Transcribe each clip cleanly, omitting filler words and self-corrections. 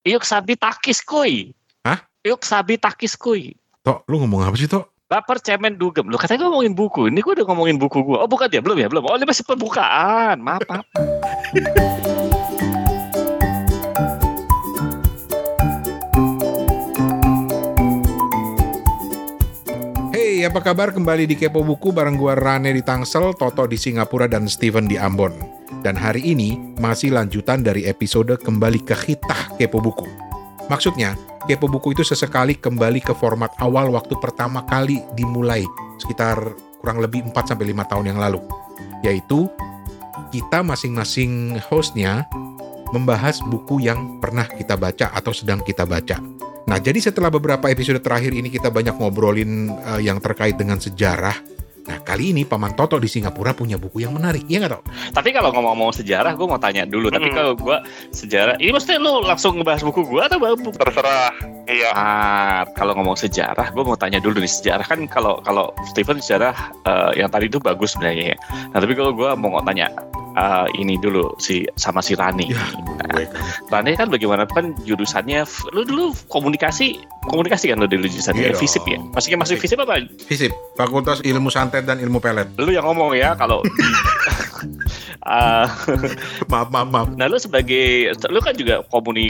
Iyuk sabi takis kuy. Hah? Iyuk sabi takis kuy. Tok, lu ngomong apa sih, Tok? Baper cemen dugem. Lu katanya ngomongin buku. Ini gue udah ngomongin buku gue. Oh bukan ya? Belum. Oh ini masih pembukaan. Maaf. Hey, apa kabar? Kembali di Kepo Buku bareng gua Rane di Tangsel, Toto di Singapura, dan Steven di Ambon. Dan hari ini masih lanjutan dari episode Kembali ke Hitah Kepo Buku. Maksudnya, Kepo Buku itu sesekali kembali ke format awal waktu pertama kali dimulai, sekitar kurang lebih 4-5 tahun yang lalu. Yaitu, kita masing-masing hostnya membahas buku yang pernah kita baca atau sedang kita baca. Nah, jadi setelah beberapa episode terakhir ini kita banyak ngobrolin yang terkait dengan sejarah. Nah, kali ini Paman Toto di Singapura punya buku yang menarik, iya nggak, Tok? Tapi kalau ngomong sejarah, gue mau tanya dulu. Tapi kalau gue sejarah, ini maksudnya lu langsung ngebahas buku gue atau buku? Terserah, iya. Kalau ngomong sejarah, gue mau tanya dulu nih. Sejarah kan kalau Steven sejarah yang tadi itu bagus sebenarnya ya. Nah, tapi kalau gue mau tanya ini dulu sama si Rani. Ya, Rani kan bagaimana kan jurusannya? Lu dulu komunikasi kan lu dulu jurusannya? Iya FISIP ya? Masih FISIP apa? FISIP, Fakultas Ilmu Santet dan Ilmu Pelet. Lu yang ngomong ya kalau Maaf. Nah, lu kan juga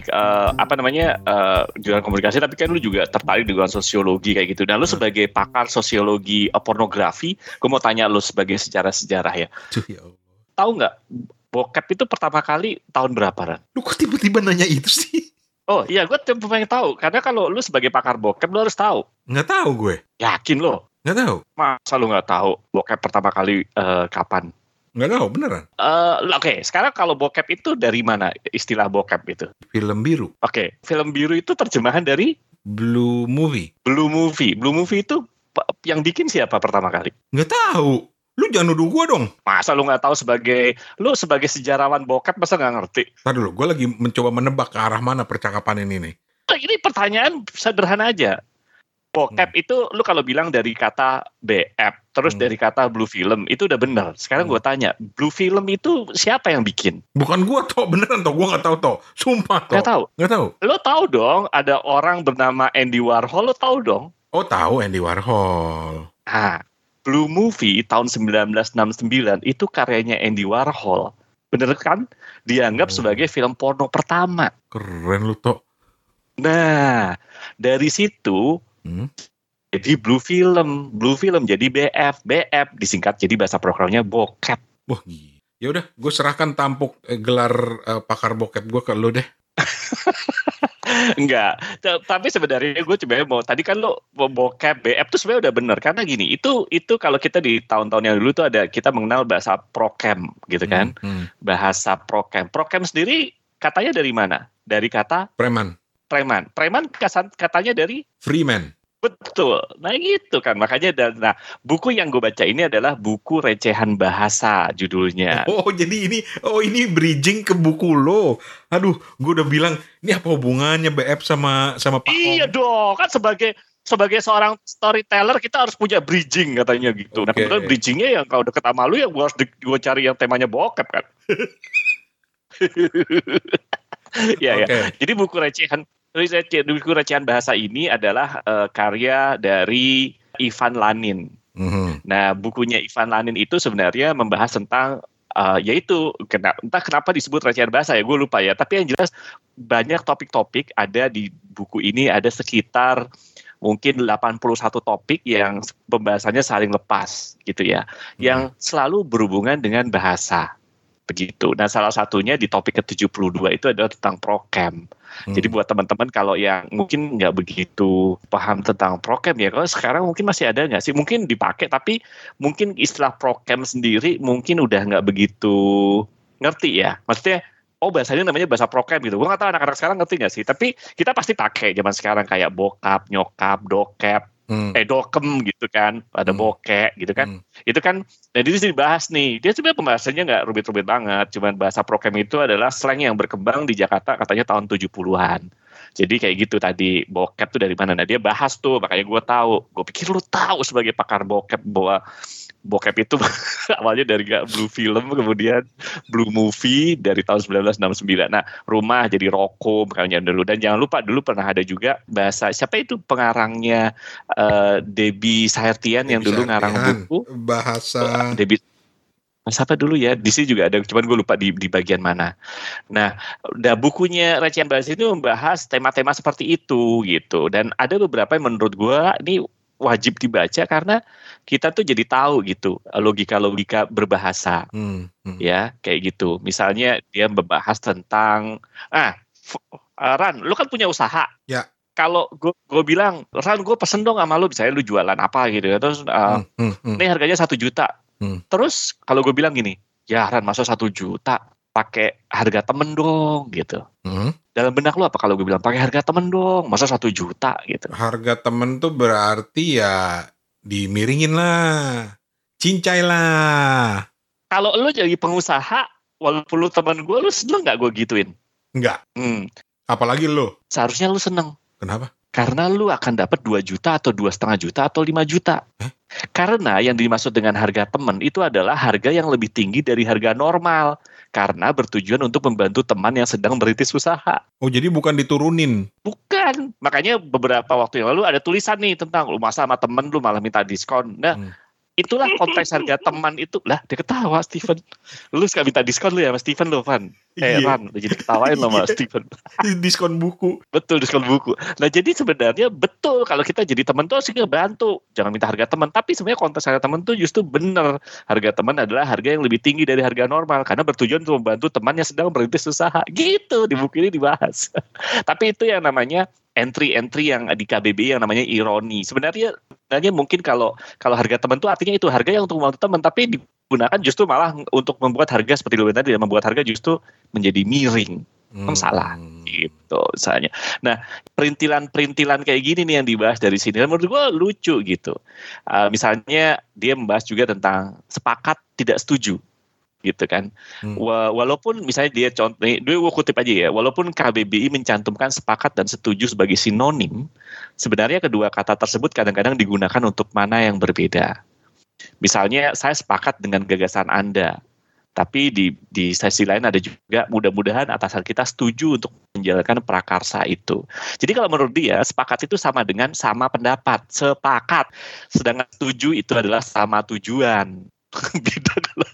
jurusan komunikasi, tapi kan lu juga tertarik dengan sosiologi kayak gitu. Nah, lu sebagai pakar sosiologi pornografi, gue mau tanya lu sebagai sejarah ya. Tahu nggak bokep itu pertama kali tahun berapa, Ran? Lu kok tiba-tiba nanya itu sih? Oh iya, gue pengen tahu. Karena kalau lu sebagai pakar bokep, lu harus tahu. Nggak tahu gue. Yakin lo? Nggak tahu. Masa lu nggak tahu bokep pertama kali kapan? Nggak tahu, beneran. Oke, sekarang kalau bokep itu dari mana istilah bokep itu? Film biru. Oke, film biru itu terjemahan dari? Blue movie. Blue movie itu yang bikin siapa pertama kali? Nggak tahu. Lu jangan nuduh gue dong. Masa lu nggak tahu lu sebagai sejarawan bokep masa nggak ngerti? Ntar dulu, gue lagi mencoba menebak ke arah mana percakapan ini nih. Ini pertanyaan sederhana aja. Bokep itu lu kalau bilang dari kata BF, terus dari kata blue film, itu udah benar. Sekarang gue tanya, blue film itu siapa yang bikin? Bukan gue, Tok. Beneran, Tok. Gue nggak tahu, Tok. Sumpah, Tok. Nggak tahu? Lo tahu dong, ada orang bernama Andy Warhol, lo tahu dong? Oh, tahu Andy Warhol. Ah, Blue Movie tahun 1969 itu karyanya Andy Warhol. Bener kan? Dianggap sebagai film porno pertama. Keren lu, Tok. Nah, dari situ jadi Blue Film jadi BF disingkat jadi bahasa programnya bokep. Wah, gila. Ya udah, gue serahkan tampuk gelar pakar bokep gue ke lu deh. Enggak, tapi sebenarnya gue coba mau tadi kan lo bokep BF tuh sebenarnya udah bener karena gini itu kalau kita di tahun-tahun yang dulu tuh ada kita mengenal bahasa prokem gitu kan, bahasa prokem sendiri katanya dari mana? Dari kata preman katanya dari freeman. Betul, nah gitu kan makanya buku yang gue baca ini adalah buku recehan bahasa judulnya. Oh jadi ini bridging ke buku lo. Aduh, gue udah bilang ini apa hubungannya BF sama Pak Om? Iya dong, kan sebagai seorang storyteller kita harus punya bridging katanya gitu. Okay. Nah kebetulan bridgingnya yang kalau deket sama lu ya gue harus gue cari yang temanya bokep kan. Ya. Jadi buku recehan bahasa ini adalah karya dari Ivan Lanin. Nah, bukunya Ivan Lanin itu sebenarnya membahas tentang yaitu entah kenapa disebut recehan bahasa ya, gue lupa ya. Tapi yang jelas banyak topik-topik ada di buku ini, ada sekitar mungkin 81 topik yang pembahasannya saling lepas gitu ya. Yang selalu berhubungan dengan bahasa. Begitu. Nah, salah satunya di topik ke-72 itu adalah tentang prokem. Jadi buat teman-teman kalau yang mungkin nggak begitu paham tentang prokem ya, kalau sekarang mungkin masih ada nggak sih? Mungkin dipakai, tapi mungkin istilah prokem sendiri mungkin udah nggak begitu ngerti ya. Maksudnya, bahasanya namanya bahasa prokem gitu. Gue nggak tahu anak-anak sekarang ngerti nggak sih? Tapi kita pasti pakai zaman sekarang kayak bokap, nyokap, dokep. Dokem gitu kan, ada bokek gitu kan. Itu kan, dan itu dibahas nih. Dia sebenarnya pembahasannya nggak rumit-rumit banget. Cuman bahasa prokem itu adalah slang yang berkembang di Jakarta katanya tahun 70-an. Jadi kayak gitu tadi, bokep tuh dari mana. Nah dia bahas tuh, makanya gue tahu. Gue pikir lu tahu sebagai pakar bokep bahwa bokep itu awalnya dari Blue Film, kemudian Blue Movie dari tahun 1969. Nah, rumah jadi Roko makanya dulu. Dan jangan lupa dulu pernah ada juga bahasa, siapa itu pengarangnya Debbie Sahertian yang dulu ngarang buku bahasa Debbie siapa dulu ya, di sini juga ada, cuman gue lupa di bagian mana. Nah, bukunya Recehan Bahasa itu membahas tema-tema seperti itu gitu. Dan ada beberapa yang menurut gue ini wajib dibaca karena kita tuh jadi tahu gitu logika-logika berbahasa. Ya, kayak gitu. Misalnya dia membahas tentang Ran, lu kan punya usaha. Ya. Kalau gue bilang, Ran, gue pesen dong sama lu, misalnya lu jualan apa gitu ya. Terus ini harganya 1 juta. Terus kalau gue bilang gini, ya Ran, masa 1 juta, pakai harga temen dong gitu. Dalam benak lu apa kalau gue bilang pakai harga temen dong, masa 1 juta gitu. Harga temen tuh berarti ya dimiringin lah, cincai lah. Kalau lu jadi pengusaha, walaupun lu temen gue, lu seneng gak gue gituin? Enggak. Apalagi lu. Seharusnya lu seneng. Kenapa? Karena lu akan dapat 2 juta atau 2,5 juta atau 5 juta. Karena yang dimaksud dengan harga teman itu adalah harga yang lebih tinggi dari harga normal. Karena bertujuan untuk membantu teman yang sedang merintis usaha. Oh, jadi bukan diturunin? Bukan. Makanya beberapa waktu yang lalu ada tulisan nih tentang lu masa sama temen lu malah minta diskon. Nah, itulah konteks harga teman itu. Lah, dia ketawa Steven. Lu suka minta diskon lu ya sama Steven lu, Van. Ran, udah jadi ketawain lo sama Steven. Diskon buku. Betul, diskon buku. Nah, jadi sebenarnya betul kalau kita jadi teman tuh harus ngebantu. Jangan minta harga teman. Tapi sebenarnya konteks harga teman tuh justru benar. Harga teman adalah harga yang lebih tinggi dari harga normal. Karena bertujuan untuk membantu teman yang sedang merintis usaha. Gitu, di buku ini dibahas. Tapi itu yang namanya entry-entry yang di KBBI yang namanya ironi. Sebenarnya mungkin kalau harga teman itu artinya itu harga yang untuk membantu teman, tapi digunakan justru malah untuk membuat harga seperti lu tadi, membuat harga justru menjadi miring. Salah gitu misalnya. Nah, perintilan kayak gini nih yang dibahas dari sini. Dan menurut gue lucu gitu. Misalnya dia membahas juga tentang sepakat tidak setuju. Gitu kan. Walaupun misalnya dia contoh, gue kutip aja ya, walaupun KBBI mencantumkan sepakat dan setuju sebagai sinonim, sebenarnya kedua kata tersebut kadang-kadang digunakan untuk mana yang berbeda. Misalnya saya sepakat dengan gagasan Anda, tapi di sesi lain ada juga mudah-mudahan atasan kita setuju untuk menjalankan prakarsa itu. Jadi kalau menurut dia sepakat itu sama dengan sama pendapat, sepakat. Sedangkan setuju itu adalah sama tujuan. Beda kalau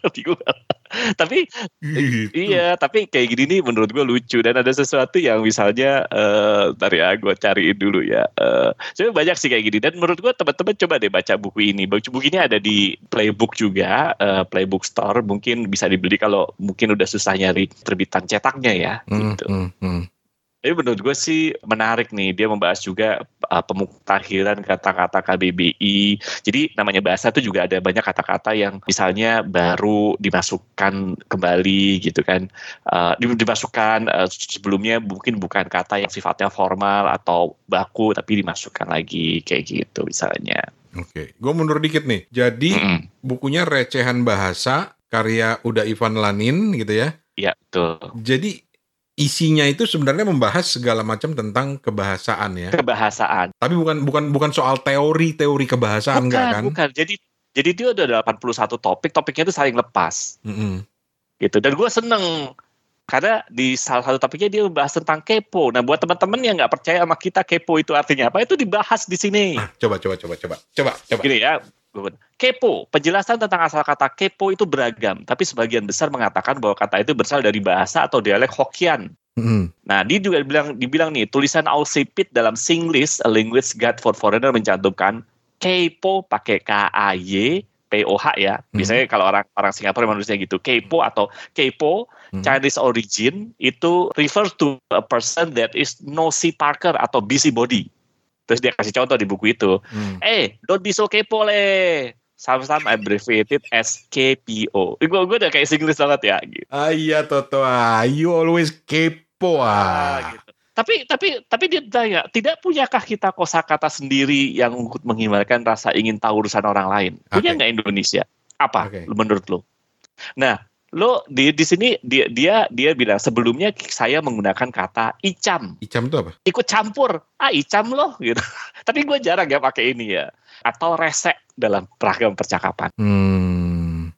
tapi iya, tapi kayak gini nih menurut gue lucu. Dan ada sesuatu yang misalnya ntar ya gue cariin dulu ya, sebenarnya banyak sih kayak gini. Dan menurut gue teman-teman coba deh baca buku ini. Buku ini ada di Playbook juga, Playbook Store, mungkin bisa dibeli kalau mungkin udah susah nyari terbitan cetaknya ya gitu. Tapi menurut gue sih menarik nih, dia membahas juga pemuktahiran kata-kata KBBI. Jadi namanya bahasa itu juga ada banyak kata-kata yang misalnya baru dimasukkan kembali gitu kan. Dimasukkan sebelumnya mungkin bukan kata yang sifatnya formal atau baku, tapi dimasukkan lagi kayak gitu misalnya. Oke, gue mundur dikit nih. Jadi bukunya Recehan Bahasa, karya Uda Ivan Lanin gitu ya? Iya, betul. Jadi isinya itu sebenarnya membahas segala macam tentang kebahasaan ya. Kebahasaan. Tapi bukan soal teori kebahasaan enggak kan? Bukan. Jadi dia ada 81 topiknya itu saling lepas. Gitu. Dan gue seneng karena di salah satu topiknya dia membahas tentang kepo. Nah, buat teman-teman yang nggak percaya sama kita kepo itu artinya apa, itu dibahas di sini. Coba. Gini ya. Kepo, penjelasan tentang asal kata kepo itu beragam, tapi sebagian besar mengatakan bahwa kata itu berasal dari bahasa atau dialek Hokkien. Nah, dia juga dibilang nih, tulisan Ausipit dalam Singlish, A Language Guide for Foreigner mencantumkan kepo pakai KAYPOH ya. Biasanya kalau orang Singapura menulisnya gitu, kepo atau kepo, Chinese origin, itu refers to a person that is nosy Parker atau busybody. Terus dia kasih contoh di buku itu. Don't be so kepo le. Sometimes abbreviated as KPO. Gue udah kayak Singlish banget ya. Gitu. Iya Toto, you always kepo gitu. Tapi dia tanya, tidak punyakah kita kosakata sendiri yang menghindarkan rasa ingin tahu urusan orang lain? Punya nggak Indonesia? Apa menurut lo? Nah, lo di sini dia bilang sebelumnya saya menggunakan kata icam. Icam itu apa? Ikut campur. Icam loh gitu. Tapi gue jarang ya pakai ini ya. Atau resek dalam beragam percakapan.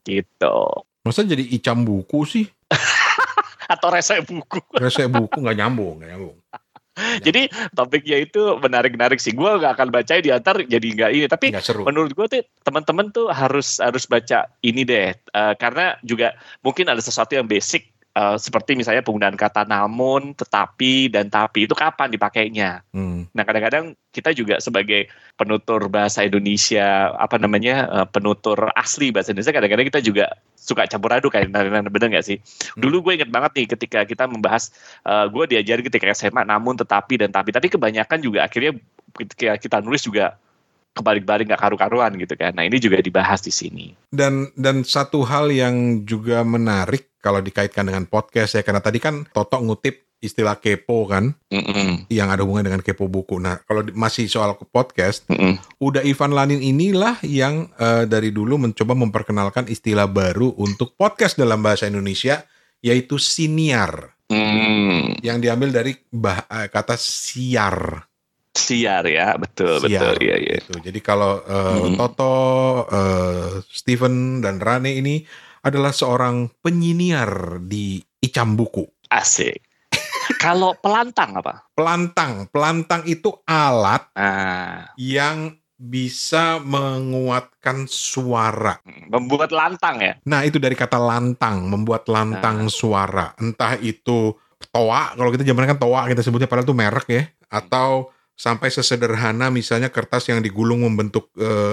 Gitu. Masa jadi icam buku sih? Atau rese buku. Rese buku nggak nyambung. Jadi topiknya itu menarik sih. Gue nggak akan baca di antar jadi nggak ini. Tapi menurut gue tuh teman-teman tuh harus baca ini deh. Karena juga mungkin ada sesuatu yang basic. Seperti misalnya penggunaan kata namun, tetapi, dan tapi itu kapan dipakainya. Nah kadang-kadang kita juga sebagai penutur bahasa Indonesia, penutur asli bahasa Indonesia, kadang-kadang kita juga suka campur aduk kayak bener nggak sih? Dulu gue ingat banget nih ketika kita membahas, gue diajarin ketika SMA namun, tetapi, dan tapi kebanyakan juga akhirnya ketika kita nulis juga kebalik-balik nggak karu-karuan gitu kan. Nah ini juga dibahas di sini. Dan satu hal yang juga menarik kalau dikaitkan dengan podcast ya, karena tadi kan Toto ngutip istilah kepo kan, yang ada hubungan dengan kepo buku. Nah kalau masih soal podcast, udah Ivan Lanin inilah yang dari dulu mencoba memperkenalkan istilah baru untuk podcast dalam bahasa Indonesia, yaitu siniar, yang diambil dari kata siar. Siar ya, betul. Iya. Gitu. Jadi kalau Toto, Steven, dan Rane ini adalah seorang penyiniar di icam buku. Asik. Kalau pelantang apa? Pelantang itu alat yang bisa menguatkan suara. Membuat lantang ya? Nah itu dari kata lantang, membuat lantang suara. Entah itu toa, kalau kita zaman kan toa kita sebutnya, padahal itu merek ya. Atau sampai sesederhana misalnya kertas yang digulung membentuk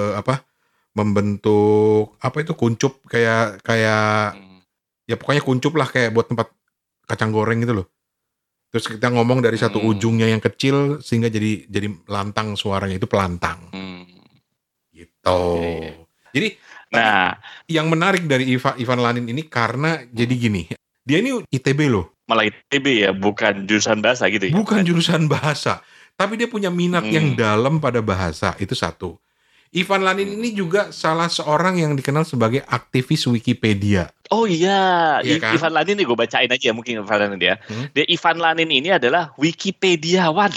kuncup kayak ya pokoknya kuncup lah, kayak buat tempat kacang goreng gitu loh. Terus kita ngomong dari satu ujungnya yang kecil sehingga jadi lantang suaranya, itu pelantang. Gitu. Jadi yang menarik dari Ivan Lanin ini karena jadi gini, dia ini ITB loh. Malah ITB ya, bukan jurusan bahasa gitu ya? Bukan jurusan bahasa, tapi dia punya minat yang dalam pada bahasa, itu satu. Ivan Lanin ini juga salah seorang yang dikenal sebagai aktivis Wikipedia. Oh iya kan? Ivan Lanin nih gue bacain aja mungkin Ivan Lanin ya. Dia Ivan Lanin ini adalah Wikipediawan.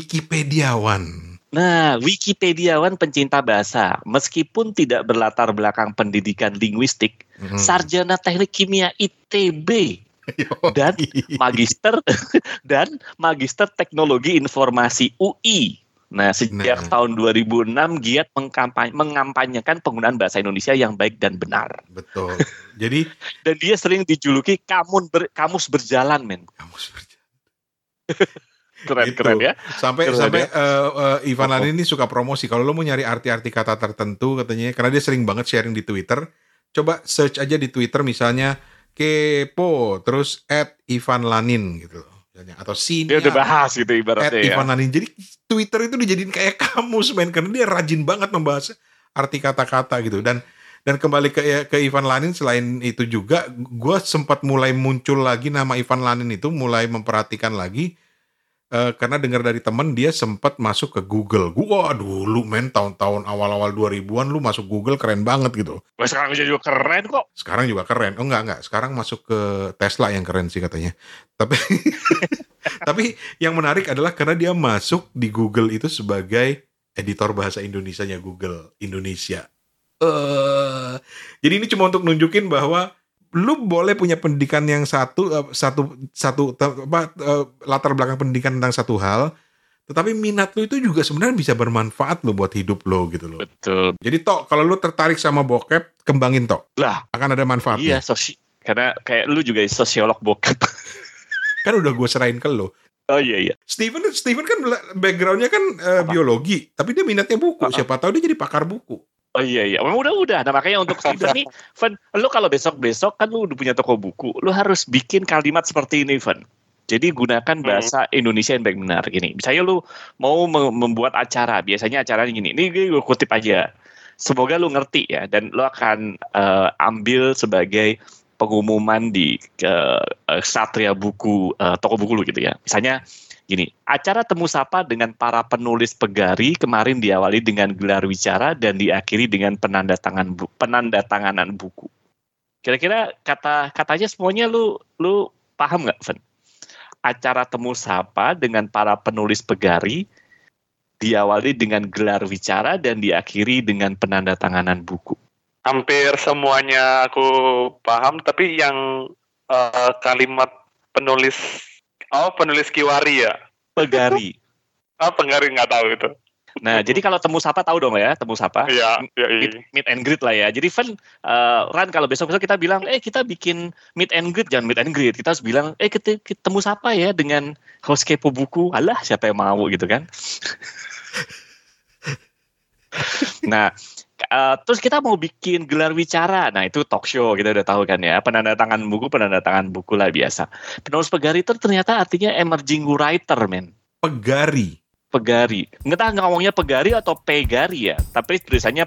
Nah, Wikipediawan pencinta bahasa, meskipun tidak berlatar belakang pendidikan linguistik, sarjana teknik kimia ITB. dan magister teknologi informasi UI. Nah, sejak tahun 2006 giat mengampanyekan penggunaan bahasa Indonesia yang baik dan benar. Betul. Jadi dan dia sering dijuluki kamus berjalan, men. Kamus berjalan. Keren ya. Sampai Ivan Lanin ini suka promosi. Kalau lo mau nyari arti-arti kata tertentu katanya, karena dia sering banget sharing di Twitter. Coba search aja di Twitter misalnya kepo terus @Ivan Lanin gitu. Atau sini dia udah bahas gitu ibaratnya ya. Ivan Lanin. Jadi Twitter itu dijadiin kayak kamus, men, karena dia rajin banget membahas arti kata-kata gitu. Dan kembali ke Ivan Lanin, selain itu juga gue sempat mulai muncul lagi nama Ivan Lanin itu, mulai memperhatikan lagi karena dengar dari temen dia sempat masuk ke Google. Wah dulu men, tahun-tahun awal-awal 2000-an lu masuk Google keren banget gitu. Wah, sekarang juga keren kok. Sekarang juga keren. Oh enggak. Sekarang masuk ke Tesla yang keren sih katanya. Tapi yang menarik adalah karena dia masuk di Google itu sebagai editor bahasa Indonesianya Google Indonesia. Jadi ini cuma untuk nunjukin bahwa lu boleh punya pendidikan yang latar belakang pendidikan tentang satu hal, tetapi minat lu itu juga sebenarnya bisa bermanfaat lo buat hidup lo gitu loh. Betul. Jadi kalau lu tertarik sama bokep, kembangin lah, akan ada manfaatnya. Iya, karena kayak lu juga sosiolog bokep. Kan udah gue serahin ke lo. Oh iya. Steven kan backgroundnya kan biologi, tapi dia minatnya buku. Siapa tahu dia jadi pakar buku. Oh iya, udah. Nah makanya untuk Steven nih, Van, lu kalau besok kan lu udah punya toko buku, lu harus bikin kalimat seperti ini, Van. Jadi gunakan bahasa Indonesia yang baik benar gini. Misalnya lu mau membuat acara, biasanya acaranya gini. Ini gue kutip aja. Semoga lu ngerti ya, dan lu akan ambil sebagai pengumuman di Satria Buku, toko buku lu gitu ya. Misalnya gini, acara temu sapa dengan para penulis pegari kemarin diawali dengan gelar wicara dan diakhiri dengan penandatanganan buku. Kira-kira katanya semuanya lu paham nggak, Van? Acara temu sapa dengan para penulis pegari diawali dengan gelar wicara dan diakhiri dengan penandatanganan buku. Hampir semuanya aku paham, tapi yang kalimat penulis Kiwari ya? Pegari. Pegari nggak tahu itu. Nah, jadi kalau temu sapa tahu dong ya, temu sapa. Iya. Meet and greet lah ya. Jadi Ran kalau besok kita bilang, kita bikin meet and greet, jangan meet and greet. Kita harus bilang, kita temu sapa ya dengan host Kepo Buku. Alah, siapa yang mau gitu kan? Nah, terus kita mau bikin gelar wicara. Nah, itu talk show, kita udah tahu kan ya. Penandatangan buku lah biasa. Penulis pegari itu ternyata artinya emerging writer, men. Pegari. Nggak tahu ngomongnya pegari atau pegari ya. Tapi tulisannya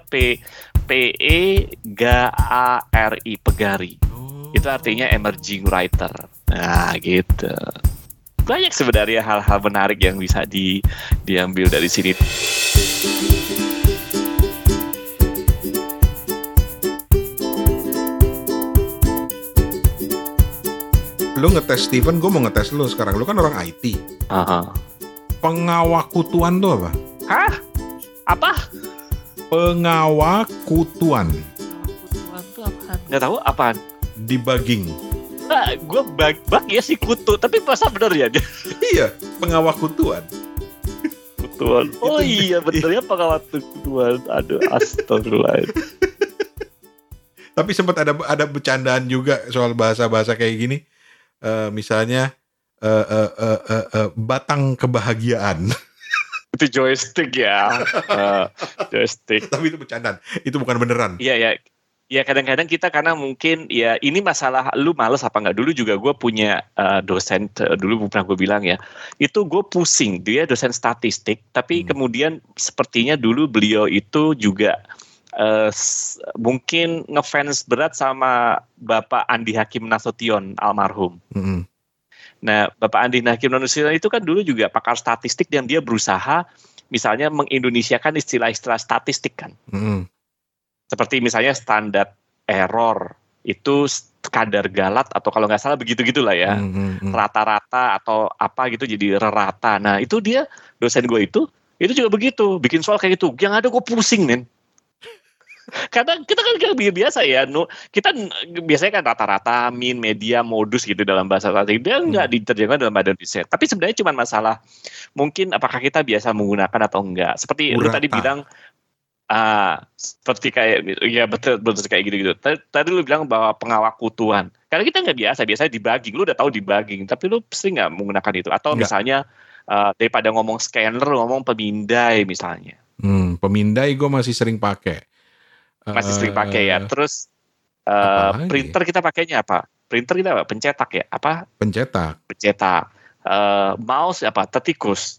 P-E-G-A-R-I, pegari. Itu artinya emerging writer. Nah, gitu. Banyak sebenarnya hal-hal menarik yang bisa diambil dari sini. Lu ngetes Steven, gue mau ngetes lu sekarang. Lu kan orang IT. Pengawakutuan tuh apa? Hah? Apa? Pengawakutuan. Pengawakutuan tuh apaan? Nggak tahu apaan? Debugging. Nah, gue bug ya si kutu, tapi masa bener ya dia? Iya, pengawakutuan. Kutuan. Oh iya, benernya pengawakutuan. Aduh, astagfirullah. Tapi sempat ada bercandaan juga soal bahasa-bahasa kayak gini. Misalnya batang kebahagiaan. Itu joystick ya. Joystick. Tapi itu bercandaan. Itu bukan beneran. Iya. Ya kadang-kadang kita karena mungkin ya ini masalah lu males apa enggak. Dulu juga gue punya dosen, dulu pernah gue bilang ya. Itu gue pusing. Dia dosen statistik. Tapi kemudian sepertinya dulu beliau itu juga mungkin ngefans berat sama Bapak Andi Hakim Nasution almarhum. Nah, Bapak Andi Hakim Nasution itu kan dulu juga pakar statistik dan dia berusaha misalnya mengindonesiakan istilah-istilah statistik kan. Seperti misalnya standar error itu kadar galat atau kalau nggak salah begitu-gitulah ya. Rata-rata atau apa gitu jadi rata. Nah, itu dia dosen gue itu juga begitu, bikin soal kayak gitu. Yang ada gue pusing, men. Karena kita kan biasa ya, kita biasanya kan rata-rata, min, media, modus gitu dalam bahasa statistik. Dia nggak diterjemahkan dalam badan riset. Tapi sebenarnya cuma masalah mungkin apakah kita biasa menggunakan atau enggak. Seperti lu tadi bilang, seperti kayak ya betul kayak gitu. Tadi lu bilang bahwa pengawakutuan. Karena kita nggak biasa debugging. Lu udah tahu debugging, tapi lu sering nggak menggunakan itu. Atau misalnya daripada ngomong scanner, ngomong pemindai misalnya. Pemindai gue masih sering pakai. Masih sering pakai ya. Terus printer kita pakainya apa? Printer kita apa? Pencetak ya? Apa? Pencetak. Mouse apa? Tetikus.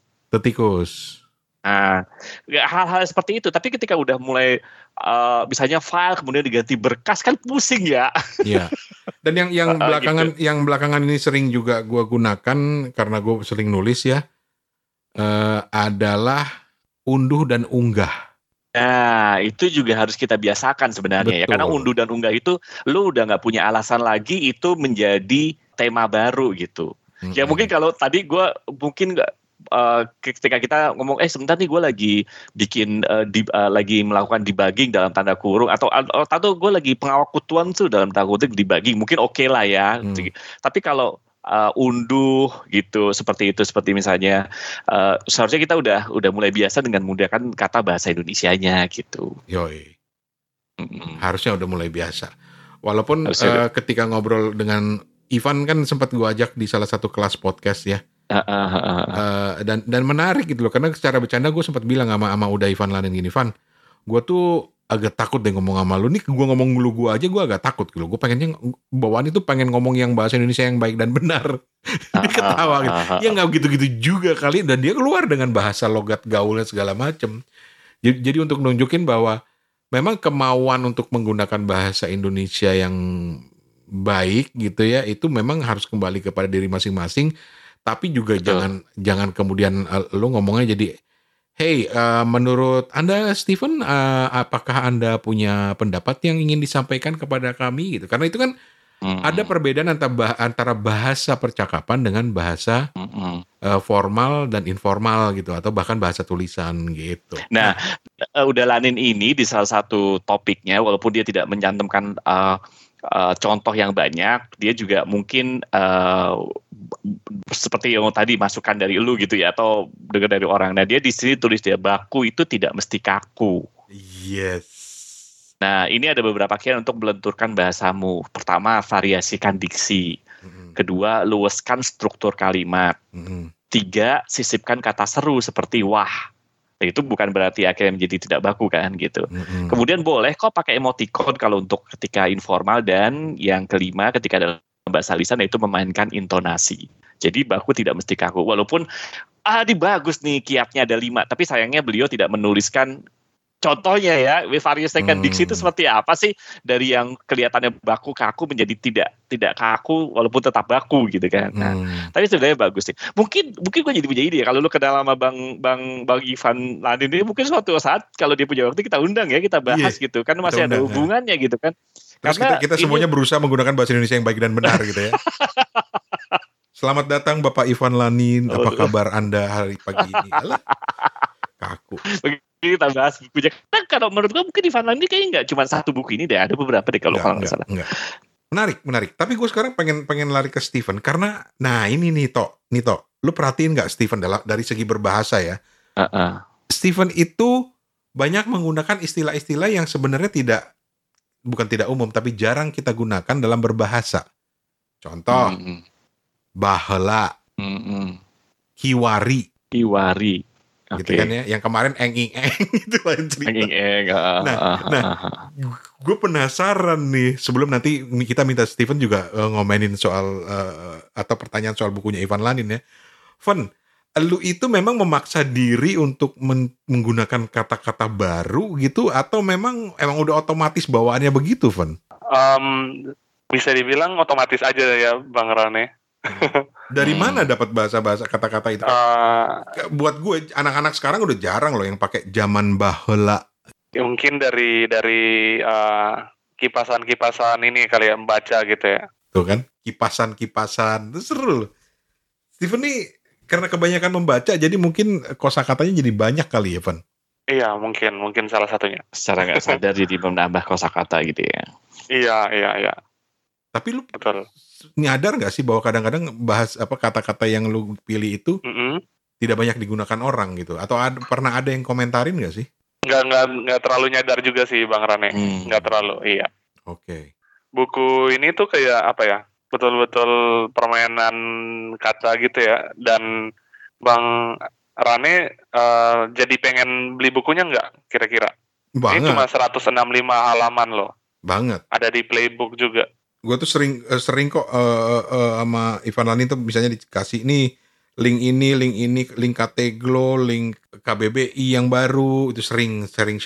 Nah, hal-hal seperti itu. Tapi ketika udah mulai misalnya file kemudian diganti berkas kan pusing ya. Iya. Dan yang belakangan ini sering juga gue gunakan karena gue sering nulis ya, adalah unduh dan unggah. Nah, itu juga harus kita biasakan sebenarnya. Betul. Ya. Karena unduh dan unggah itu, lu udah nggak punya alasan lagi itu menjadi tema baru gitu. Ya mungkin kalau tadi gue mungkin nggak, ketika kita ngomong, sebentar nih gue lagi bikin, lagi melakukan debugging dalam tanda kurung, atau gue lagi pengawakutuan tuh dalam tanda kutip debugging, mungkin oke lah ya. Tapi kalau unduh gitu seperti misalnya seharusnya kita udah mulai biasa dengan menggunakan kata bahasa Indonesianya gitu. Yoi. Harusnya udah mulai biasa. Walaupun ketika ngobrol dengan Ivan kan sempat gue ajak di salah satu kelas podcast ya. Dan menarik gitu loh, karena secara bercanda gue sempat bilang sama udah Ivan Lanin gini, Van, gue tuh agak takut deh ngomong sama lu nih, gue ngomong lu gue aja gue agak takut gitu. Gue pengennya bawaan itu pengen ngomong yang bahasa Indonesia yang baik dan benar. Dia ketawa gitu. Ya nggak gitu-gitu juga kali, dan dia keluar dengan bahasa logat gaulnya segala macem. Jadi untuk nunjukin bahwa memang kemauan untuk menggunakan bahasa Indonesia yang baik gitu ya, itu memang harus kembali kepada diri masing-masing. Tapi juga jangan kemudian lu ngomongnya jadi, hey, menurut Anda, Steven, apakah Anda punya pendapat yang ingin disampaikan kepada kami gitu? Karena itu kan Ada perbedaan antara bahasa percakapan dengan bahasa formal dan informal gitu, atau bahkan bahasa tulisan gitu. Nah, udah Lanin ini di salah satu topiknya, walaupun dia tidak mencantumkan contoh yang banyak, dia juga mungkin seperti yang tadi masukan dari lu gitu ya, atau dengar dari orang. Nah, dia di sini tulis dia baku itu tidak mesti kaku. Yes. Nah, ini ada beberapa kiat untuk melenturkan bahasamu. Pertama, variasikan diksi. Kedua, luaskan struktur kalimat. Tiga, sisipkan kata seru seperti wah. Nah, itu bukan berarti akhirnya menjadi tidak baku kan gitu. Kemudian boleh kok pakai emoticon kalau untuk ketika informal. Dan yang kelima, ketika dalam bahasa lisan yaitu memainkan intonasi. Jadi baku tidak mesti kaku. Walaupun ini bagus nih kiatnya ada 5, tapi sayangnya beliau tidak menuliskan contohnya ya, variasikan diksi itu seperti apa sih dari yang kelihatannya baku kaku menjadi tidak kaku walaupun tetap baku gitu kan. Nah, tapi sebenarnya bagus sih. Mungkin gue jadi punya ide ya, kalau lu kenal sama Bang Ivan Lanin ini, mungkin suatu saat kalau dia punya waktu kita undang ya, kita bahas gitu kan, masih ada hubungannya gitu kan. Terus karena kita semuanya berusaha menggunakan bahasa Indonesia yang baik dan benar gitu ya. Selamat datang Bapak Ivan Lanin, apa kabar Anda hari pagi ini? Alah, kaku. Kita bahas bukunya. Nah, kalau menurut gue mungkin Ivan Lanin kayaknya nggak cuma satu buku ini deh, ada beberapa deh kalau nggak salah. Enggak. Menarik. Tapi gue sekarang pengen lari ke Stephen karena, nah ini nih Tok, lu perhatiin nggak Stephen dari segi berbahasa ya? Stephen itu banyak menggunakan istilah-istilah yang sebenarnya bukan tidak umum, tapi jarang kita gunakan dalam berbahasa. Contoh, baheula, kiwari. Gitu kan ya, yang kemarin eng-ing-eng itu lain cerita. Eng-ing-eng. Nah, gue penasaran nih, sebelum nanti kita minta Stephen juga ngomenin soal atau pertanyaan soal bukunya Ivan Lanin ya. Van, lu itu memang memaksa diri untuk menggunakan kata-kata baru gitu, atau emang udah otomatis bawaannya begitu, Van? Bisa dibilang otomatis aja ya, Bang Rane. Dari mana dapat bahasa-bahasa kata-kata itu? Buat gue, anak-anak sekarang udah jarang loh yang pakai zaman baheula. Ya, mungkin dari kipasan-kipasan ini kali ya, membaca gitu ya. Tuh kan, kipasan itu seru. Stephen nih karena kebanyakan membaca, jadi mungkin kosakatanya jadi banyak kali ya, Van? Iya, mungkin salah satunya. Secara nggak sadar jadi menambah kosakata gitu ya. Iya. Tapi lu betul nyadar nggak sih bahwa kadang-kadang bahas kata-kata yang lu pilih itu tidak banyak digunakan orang gitu? Atau pernah ada yang komentarin nggak sih? Nggak terlalu nyadar juga sih Bang Rane. Nggak terlalu, iya. Oke. Buku ini tuh kayak apa ya? Betul-betul permainan kata gitu ya. Dan Bang Rane jadi pengen beli bukunya nggak kira-kira? Banget. Ini cuma 165 halaman loh. Banget. Ada di Playbook juga. Gue tuh sering kok sama Ivan Lanin tuh misalnya dikasih nih link ini, link Kateglo, link KBBI yang baru, itu sering sharing.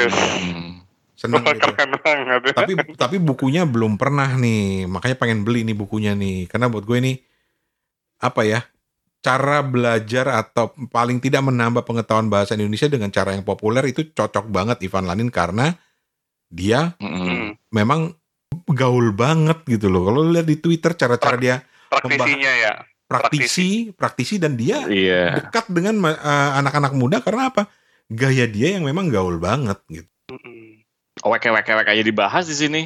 Seneng gitu. Tapi bukunya belum pernah nih, makanya pengen beli nih bukunya nih, karena buat gue ini apa ya, cara belajar atau paling tidak menambah pengetahuan bahasa Indonesia dengan cara yang populer itu cocok banget Ivan Lanin, karena dia memang gaul banget gitu loh. Kalau lihat di Twitter cara-cara dia praktisinya ya. Praktisi dan dia dekat dengan anak-anak muda karena apa? Gaya dia yang memang gaul banget gitu. WK aja dibahas di sini.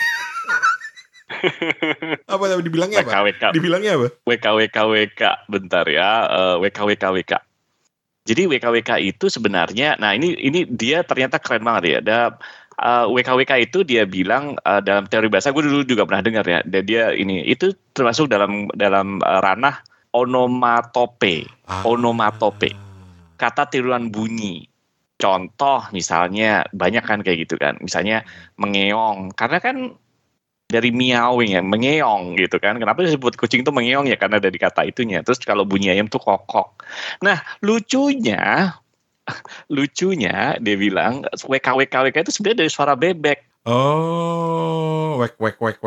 Apa dibilangnya apa? Dibilangnya apa? WK bentar ya. WK. Jadi WK itu sebenarnya, nah ini dia ternyata keren banget ya. Ada WK itu dia bilang dalam teori bahasa, gue dulu juga pernah dengar ya. Dan dia itu termasuk dalam ranah onomatope. Kata tiruan bunyi. Contoh misalnya banyak kan kayak gitu kan. Misalnya mengeong, karena kan dari meowing ya, mengeong gitu kan. Kenapa disebut kucing itu mengeong ya? Karena dari kata itunya. Terus kalau bunyi ayam tuh kokok. Nah, lucunya dia bilang WK itu sebenarnya dari suara bebek. Oh, wek.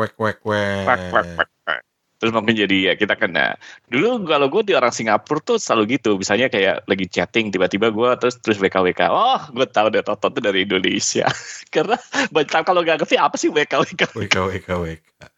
Terus mungkin jadi ya kita kena. Dulu kalau gue di orang Singapura tuh selalu gitu. Misalnya kayak lagi chatting tiba-tiba gue terus WK. Oh, gue tahu deh Toto tuh dari Indonesia. Karena banyak kalau nggak ngerti apa sih WK.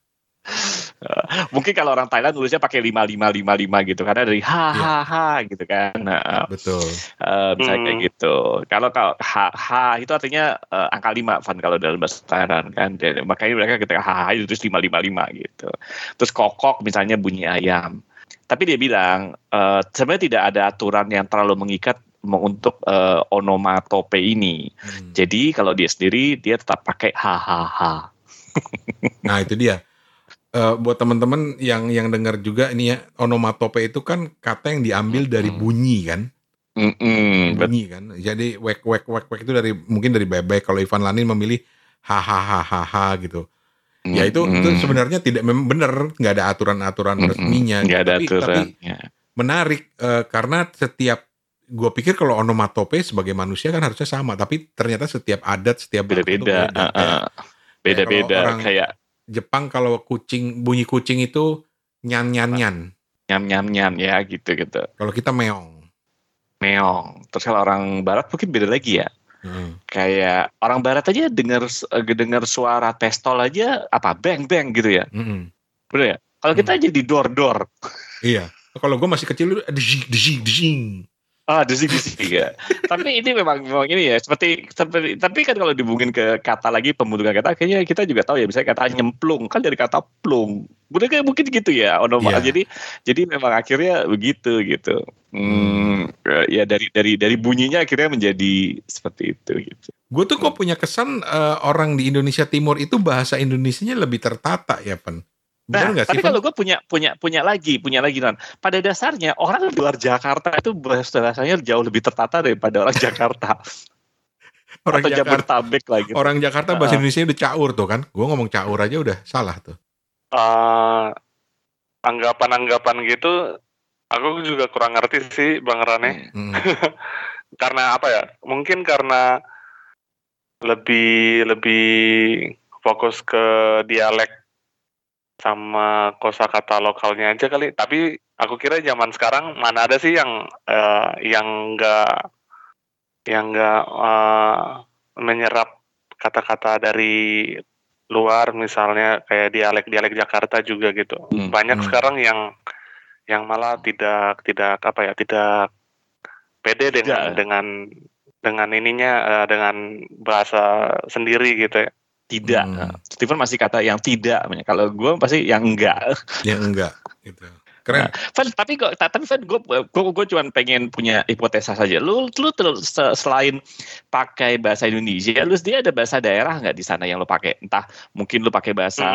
Mungkin kalau orang Thailand nulisnya pakai 5555 gitu karena dari ha gitu kan. Nah, betul. Misalnya kayak gitu. Kalau ha itu artinya angka 5 Van kalau dalam bahasa Thailand kan. Jadi, makanya mereka ketika ha itu terus 555 gitu. Terus kokok misalnya bunyi ayam. Tapi dia bilang sebenarnya tidak ada aturan yang terlalu mengikat untuk onomatope ini. Jadi kalau dia sendiri dia tetap pakai ha. Nah itu dia. Buat teman-teman yang dengar juga ini ya, onomatope itu kan kata yang diambil dari bunyi kan. Bunyi kan. Jadi wek itu mungkin dari bebek. Kalau Ivan Lanin memilih ha gitu. Ya itu sebenarnya tidak memang benar, nggak ada aturan-aturan resminya. Nggak ada aturan. Tapi menarik karena gue pikir kalau onomatope sebagai manusia kan harusnya sama, tapi ternyata setiap adat, setiap beda-beda. Beda-beda kayak Jepang kalau bunyi kucing itu nyan ya gitu. Kalau kita meong. Terus kalau orang barat mungkin beda lagi ya. Kayak orang barat aja dengar suara pistol aja apa bang gitu ya. Bener ya? Kalau kita jadi dor. Iya. Kalau gue masih kecil dulu ding. Desik ya. Tapi ini memang ini ya seperti tapi kan kalau dihubungin ke kata lagi pembentukan kata kayaknya kita juga tahu ya misalnya kata nyemplung kan dari kata plung. Mungkin gitu ya. Jadi memang akhirnya begitu gitu. Ya dari bunyinya akhirnya menjadi seperti itu gitu. Gue tuh kok punya kesan orang di Indonesia Timur itu bahasa Indonesianya lebih tertata ya, Pen. Nah, tapi kalau gue punya lagi non. Pada dasarnya orang luar Jakarta itu bahasanya jauh lebih tertata daripada orang Jakarta. Atau Jabodetabek lagi. Orang Jakarta bahasa Indonesia udah caur tuh kan. Gue ngomong caur aja udah salah tuh. Anggapan gitu, aku juga kurang ngerti sih Bang Rane. Karena apa ya? Mungkin karena lebih fokus ke dialek sama kosakata lokalnya aja kali. Tapi aku kira zaman sekarang mana ada sih yang nggak menyerap kata-kata dari luar, misalnya kayak dialek Jakarta juga gitu. Banyak sekarang yang malah tidak pede dengan ininya, dengan bahasa sendiri gitu ya. Tidak. Steven masih kata yang tidak. Kalau gue pasti yang enggak. Yang enggak gitu. Keren. Van, tapi Van, gue cuma pengen punya hipotesa saja. Lu selain pakai bahasa Indonesia, lu sendiri ada bahasa daerah nggak di sana yang lu pakai? Entah mungkin lu pakai bahasa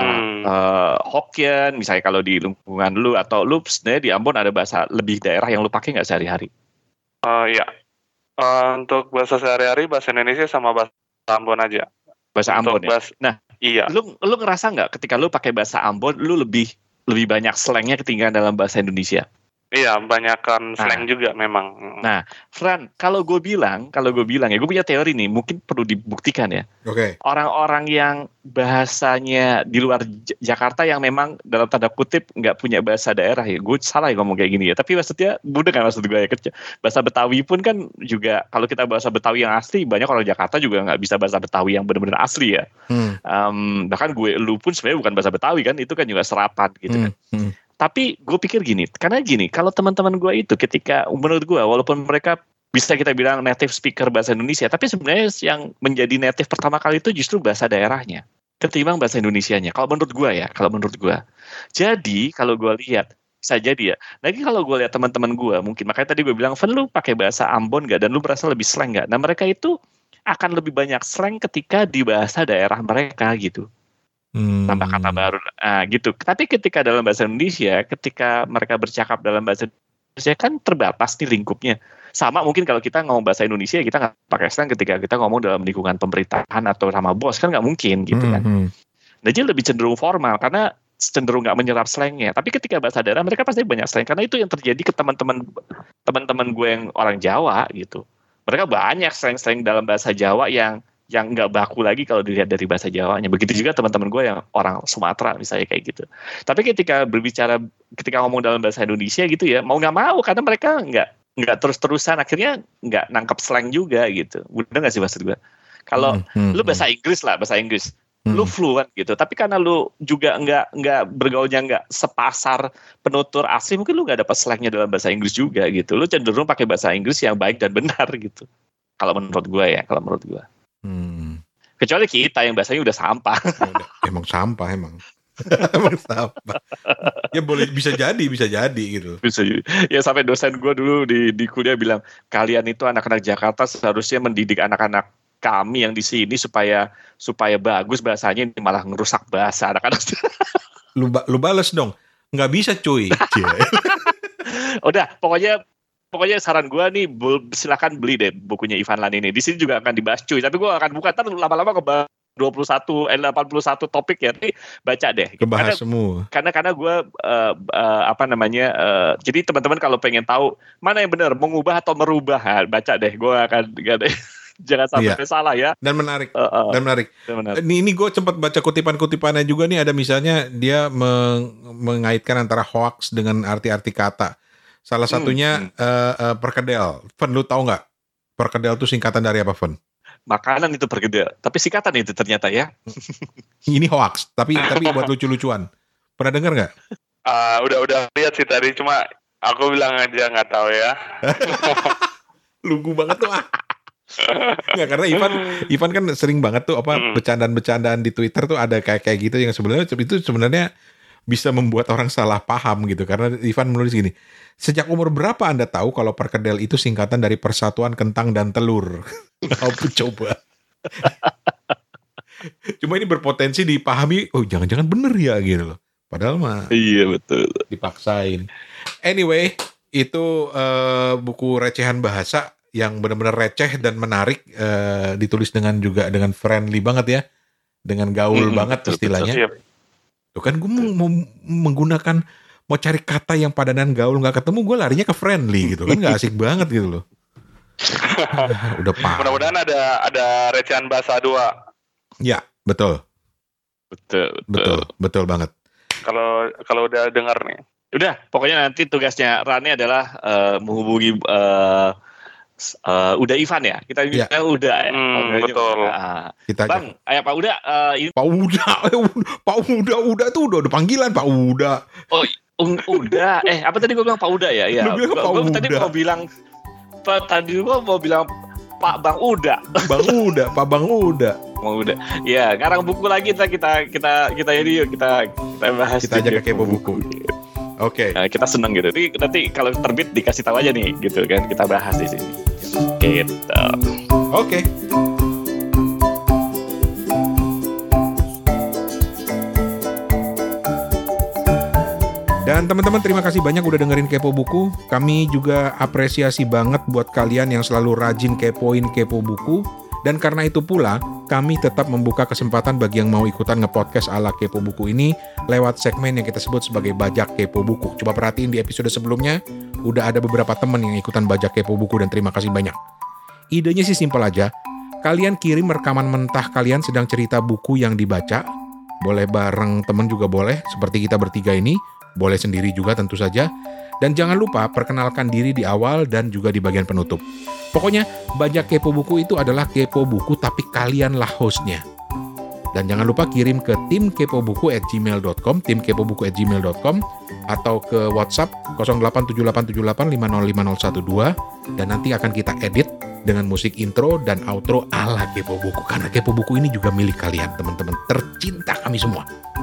Hokkien, misalnya kalau di lingkungan lu, atau lu sebenarnya di Ambon ada bahasa lebih daerah yang lu pakai nggak sehari-hari? Ya. Untuk bahasa sehari-hari bahasa Indonesia sama bahasa Ambon aja. Bahasa Ambon ya. Nah, iya. Lu ngerasa nggak ketika lu pakai bahasa Ambon, lu lebih banyak slangnya ketinggalan dalam bahasa Indonesia? Iya, banyakkan slang juga memang. Nah, Fran, kalau gue bilang ya, gue punya teori nih, mungkin perlu dibuktikan ya. Oke. Orang-orang yang bahasanya di luar Jakarta yang memang dalam tanda kutip nggak punya bahasa daerah ya, gue salah ya ngomong kayak gini ya. Tapi maksudnya, mudah kan maksud gue ya, bahasa Betawi pun kan juga, kalau kita bahasa Betawi yang asli, banyak orang Jakarta juga nggak bisa bahasa Betawi yang benar-benar asli ya. Bahkan lu pun sebenarnya bukan bahasa Betawi kan, itu kan juga serapan gitu kan. Tapi gue pikir karena kalau teman-teman gue itu ketika menurut gue walaupun mereka bisa kita bilang native speaker bahasa Indonesia, tapi sebenarnya yang menjadi native pertama kali itu justru bahasa daerahnya ketimbang bahasa Indonesianya. Kalau menurut gue. Jadi kalau gue lihat bisa jadi ya. Lagi kalau gue lihat teman-teman gue mungkin, makanya tadi gue bilang, Van, lu pakai bahasa Ambon gak dan lu merasa lebih slang gak? Nah mereka itu akan lebih banyak slang ketika di bahasa daerah mereka gitu. Tambah kata baru gitu. Tapi ketika dalam bahasa Indonesia, ketika mereka bercakap dalam bahasa Indonesia kan terbatas nih lingkupnya. Sama mungkin kalau kita ngomong bahasa Indonesia, kita nggak pakai slang ketika kita ngomong dalam lingkungan pemerintahan atau sama bos, kan nggak mungkin gitu kan. Jadi lebih cenderung formal karena cenderung nggak menyerap slangnya. Tapi ketika bahasa daerah mereka pasti banyak slang, karena itu yang terjadi ke teman-teman gue yang orang Jawa gitu. Mereka banyak slang-slang dalam bahasa Jawa yang nggak baku lagi kalau dilihat dari bahasa Jawanya. Begitu juga teman-teman gue yang orang Sumatera misalnya kayak gitu. Tapi ketika ngomong dalam bahasa Indonesia gitu ya, mau nggak mau karena mereka nggak terus-terusan, akhirnya nggak nangkep slang juga gitu. Udah nggak sih maksud gue? Kalau lu bahasa Inggris. lu fluent gitu. Tapi karena lu juga nggak bergaulnya nggak sepasar penutur asli, mungkin lu nggak dapat slangnya dalam bahasa Inggris juga gitu. Lu cenderung pakai bahasa Inggris yang baik dan benar gitu. Kalau menurut gue ya, Kecuali kita yang bahasanya udah sampah. Emang sampah emang. Emang sampah. Ya boleh bisa jadi gitu. Bisa. Ya sampai dosen gue dulu di kuliah bilang, kalian itu anak-anak Jakarta seharusnya mendidik anak-anak kami yang di sini supaya bagus bahasanya, ini malah ngerusak bahasa anak-anak. Lu bales dong. Nggak bisa cuy. Udah, pokoknya saran gue nih, silakan beli deh bukunya Ivan Lanin ini. Di sini juga akan dibahas cuy, tapi gue akan buka ntar lama-lama ke 81 topik ya, tapi baca deh. Kebahas semua. Karena gue jadi teman-teman kalau pengen tahu mana yang benar, mengubah atau merubah, baca deh. Gue akan jangan sampai salah ya. Dan menarik. Ini gue sempat baca kutipan-kutipannya juga nih, ada misalnya dia mengaitkan antara hoax dengan arti-arti kata. Salah satunya perkedel. Fen, lu tahu nggak? Perkedel itu singkatan dari apa, Fen? Makanan itu perkedel, tapi singkatan itu ternyata ya. Ini hoax, tapi buat lucu-lucuan. Pernah dengar nggak? Udah lihat sih tadi, cuma aku bilang aja nggak tahu ya. Lugu banget tuh. Nggak, karena Ivan kan sering banget tuh bercandaan-bercandaan di Twitter tuh ada kayak gitu yang sebenarnya bisa membuat orang salah paham gitu. Karena Ivan menulis gini, sejak umur berapa Anda tahu kalau perkedel itu singkatan dari Persatuan Kentang dan Telur? Aku coba. Cuma ini berpotensi dipahami, oh jangan-jangan bener ya gitu loh. Padahal mah iya betul, dipaksain. Anyway, itu buku recehan bahasa yang benar-benar receh dan menarik, ditulis dengan friendly banget ya, dengan gaul banget istilahnya. Tuh kan gue mau cari kata yang padanan gaul nggak ketemu, gue larinya ke friendly gitu kan, nggak asik banget gitu loh. Udah paham. Mudah-mudahan ada recehan bahasa 2. Ya, betul banget. Kalau udah dengar nih. Udah, pokoknya nanti tugasnya Rane adalah menghubungi udah Ivan ya. Kita udah ya. Betul. Kita Bang, Pak Uda Pak Uda tuh udah panggilan Pak Uda. Oh, Uda. Apa tadi gue bilang Pak Uda ya? Iya. Gue tadi mau bilang Pak Bang Uda. Pak Bang Uda. Ya, ngarang buku lagi kita ini yuk kita bahas. Kita aja ke kepo buku. Oke. Nah, kita seneng gitu. Nanti kalau terbit dikasih tahu aja nih gitu kan, kita bahas di sini. Gitu. Oke. Dan teman-teman, terima kasih banyak udah dengerin Kepo Buku. Kami juga apresiasi banget buat kalian yang selalu rajin kepoin Kepo Buku. Dan karena itu pula, kami tetap membuka kesempatan bagi yang mau ikutan nge-podcast ala Kepo Buku ini lewat segmen yang kita sebut sebagai Bajak Kepo Buku. Coba perhatiin di episode sebelumnya, udah ada beberapa teman yang ikutan Bajak Kepo Buku dan terima kasih banyak. Idenya sih simpel aja. Kalian kirim rekaman mentah kalian sedang cerita buku yang dibaca. Boleh bareng teman juga boleh, seperti kita bertiga ini. Boleh sendiri juga tentu saja. Dan jangan lupa perkenalkan diri di awal dan juga di bagian penutup. Pokoknya Bajak Kepo Buku itu adalah Kepo Buku tapi kalianlah hostnya. Dan jangan lupa kirim ke timkepobuku@gmail.com, atau ke WhatsApp 087878505012 dan nanti akan kita edit dengan musik intro dan outro ala Kepo Buku. Karena Kepo Buku ini juga milik kalian, teman-teman tercinta kami semua.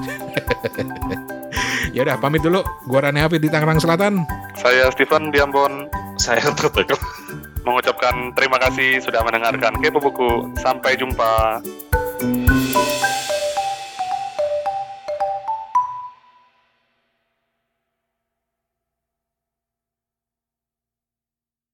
Ya udah, pamit dulu. Gua Rane Hafid di Tangerang Selatan. Saya Steven di Ambon. Saya Toto. Mengucapkan terima kasih sudah mendengarkan Kepo Buku. Sampai jumpa.